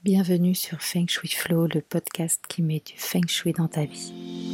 Bienvenue sur Feng Shui Flow, le podcast qui met du Feng Shui dans ta vie.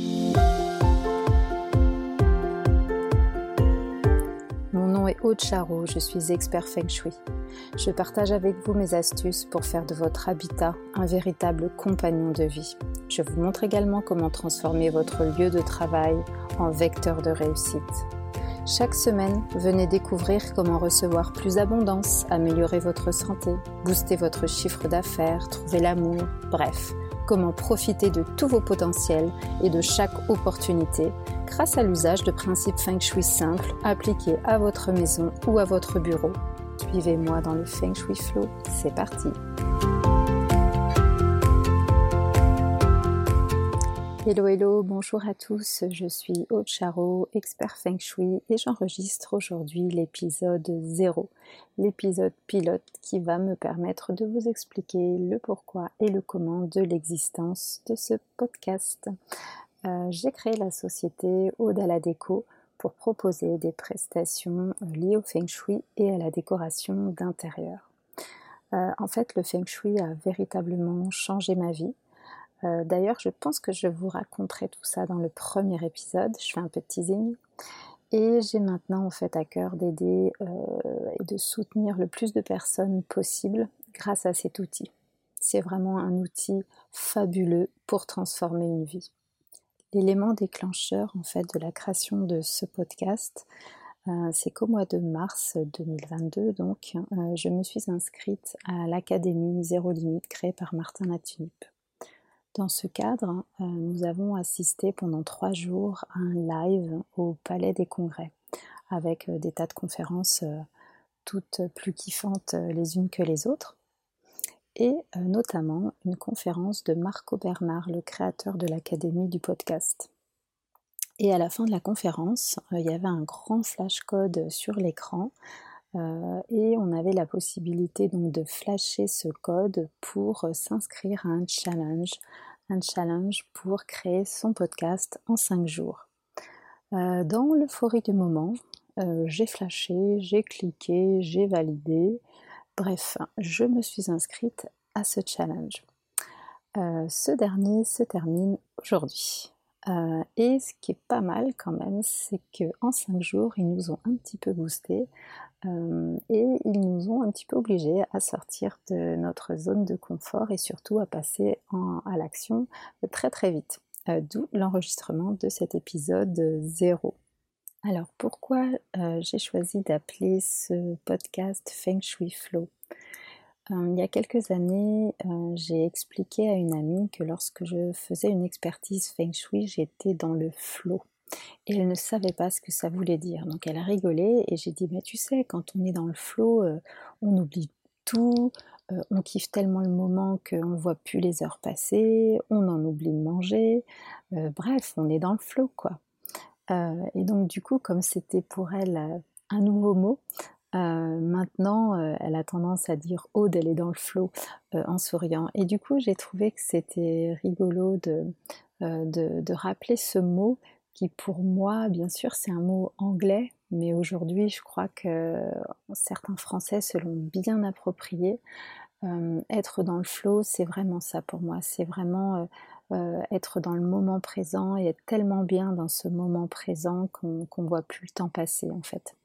Mon nom est Aude Charot, je suis expert Feng Shui. Je partage avec vous mes astuces pour faire de votre habitat un véritable compagnon de vie. Je vous montre également comment transformer votre lieu de travail en vecteur de réussite. Chaque semaine, venez découvrir comment recevoir plus d'abondance, améliorer votre santé, booster votre chiffre d'affaires, trouver l'amour, bref, comment profiter de tous vos potentiels et de chaque opportunité grâce à l'usage de principes Feng Shui simples appliqués à votre maison ou à votre bureau. Suivez-moi dans le Feng Shui Flow, c'est parti! Hello, bonjour à tous, je suis Aude Charot, expert Feng Shui et j'enregistre aujourd'hui l'épisode 0, l'épisode pilote qui va me permettre de vous expliquer le pourquoi et le comment de l'existence de ce podcast. J'ai créé la société Aude à la déco pour proposer des prestations liées au Feng Shui et à la décoration d'intérieur. En fait, le Feng Shui a véritablement changé ma vie. D'ailleurs, je pense que je vous raconterai tout ça dans le premier épisode. Je fais un peu de teasing. Et j'ai maintenant en fait à cœur d'aider et de soutenir le plus de personnes possible grâce à cet outil. C'est vraiment un outil fabuleux pour transformer une vie. L'élément déclencheur en fait de la création de ce podcast, c'est qu'au mois de mars 2022, donc, je me suis inscrite à l'Académie Zéro Limite créée par Martin Latulippe. Dans ce cadre, nous avons assisté pendant 3 jours à un live au Palais des Congrès avec des tas de conférences toutes plus kiffantes les unes que les autres et notamment une conférence de Marco Bernard, le créateur de l'Académie du podcast. Et à la fin de la conférence, il y avait un grand flashcode sur l'écran et on avait la possibilité donc de flasher ce code pour s'inscrire à un challenge pour créer son podcast en 5 jours. Dans l'euphorie du moment, j'ai flashé, j'ai cliqué, j'ai validé, bref, je me suis inscrite à ce challenge. Ce dernier se termine aujourd'hui. Et ce qui est pas mal quand même, c'est qu'en 5 jours, ils nous ont un petit peu boosté et ils nous ont un petit peu obligés à sortir de notre zone de confort et surtout à passer à l'action très très vite. D'où l'enregistrement de cet épisode 0. Alors pourquoi j'ai choisi d'appeler ce podcast Feng Shui Flow ? Il y a quelques années, j'ai expliqué à une amie que lorsque je faisais une expertise Feng Shui, j'étais dans le flow. Et elle ne savait pas ce que ça voulait dire. Donc elle a rigolé et j'ai dit, mais tu sais, quand on est dans le flow, on oublie tout, on kiffe tellement le moment qu'on ne voit plus les heures passer, on en oublie de manger, bref, on est dans le flow, quoi. Et donc du coup, comme c'était pour elle un nouveau mot, maintenant, elle a tendance à dire Aude, elle est dans le flow en souriant. Et du coup, j'ai trouvé que c'était rigolo de rappeler ce mot qui, pour moi, bien sûr, c'est un mot anglais, mais aujourd'hui, je crois que certains Français se l'ont bien approprié. Être dans le flow, c'est vraiment ça pour moi. C'est vraiment être dans le moment présent et être tellement bien dans ce moment présent qu'on voit plus le temps passer, en fait.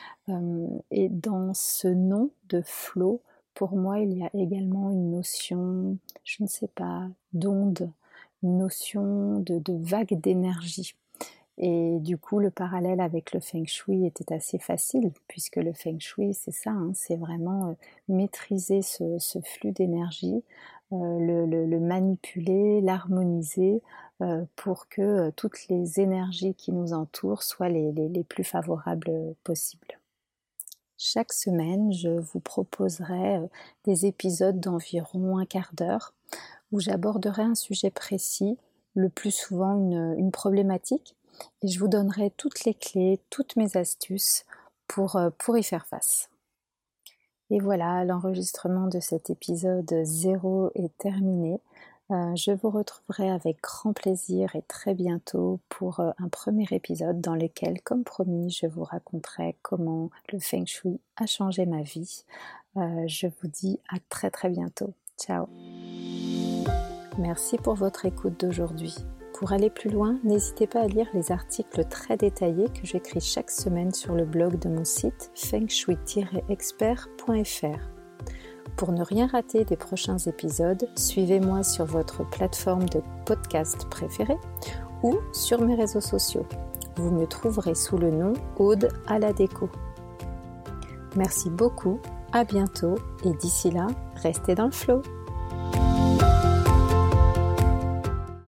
Et dans ce nom de flow, pour moi, il y a également une notion, je ne sais pas, d'onde, une notion de vague d'énergie. Et du coup, le parallèle avec le Feng Shui était assez facile, puisque le Feng Shui, c'est ça, hein, c'est vraiment maîtriser ce flux d'énergie, le manipuler, l'harmoniser, pour que toutes les énergies qui nous entourent soient les plus favorables possibles. Chaque semaine, je vous proposerai des épisodes d'environ un quart d'heure où j'aborderai un sujet précis, le plus souvent une problématique, et je vous donnerai toutes les clés, toutes mes astuces pour y faire face. Et voilà, l'enregistrement de cet épisode 0 est terminé. Je vous retrouverai avec grand plaisir et très bientôt pour un premier épisode dans lequel, comme promis, je vous raconterai comment le Feng Shui a changé ma vie. Je vous dis à très très bientôt. Ciao! Merci pour votre écoute d'aujourd'hui. Pour aller plus loin, n'hésitez pas à lire les articles très détaillés que j'écris chaque semaine sur le blog de mon site fengshui-expert.fr. Pour ne rien rater des prochains épisodes, suivez-moi sur votre plateforme de podcast préférée ou sur mes réseaux sociaux. Vous me trouverez sous le nom Aude à la déco. Merci beaucoup, à bientôt et d'ici là, restez dans le flow.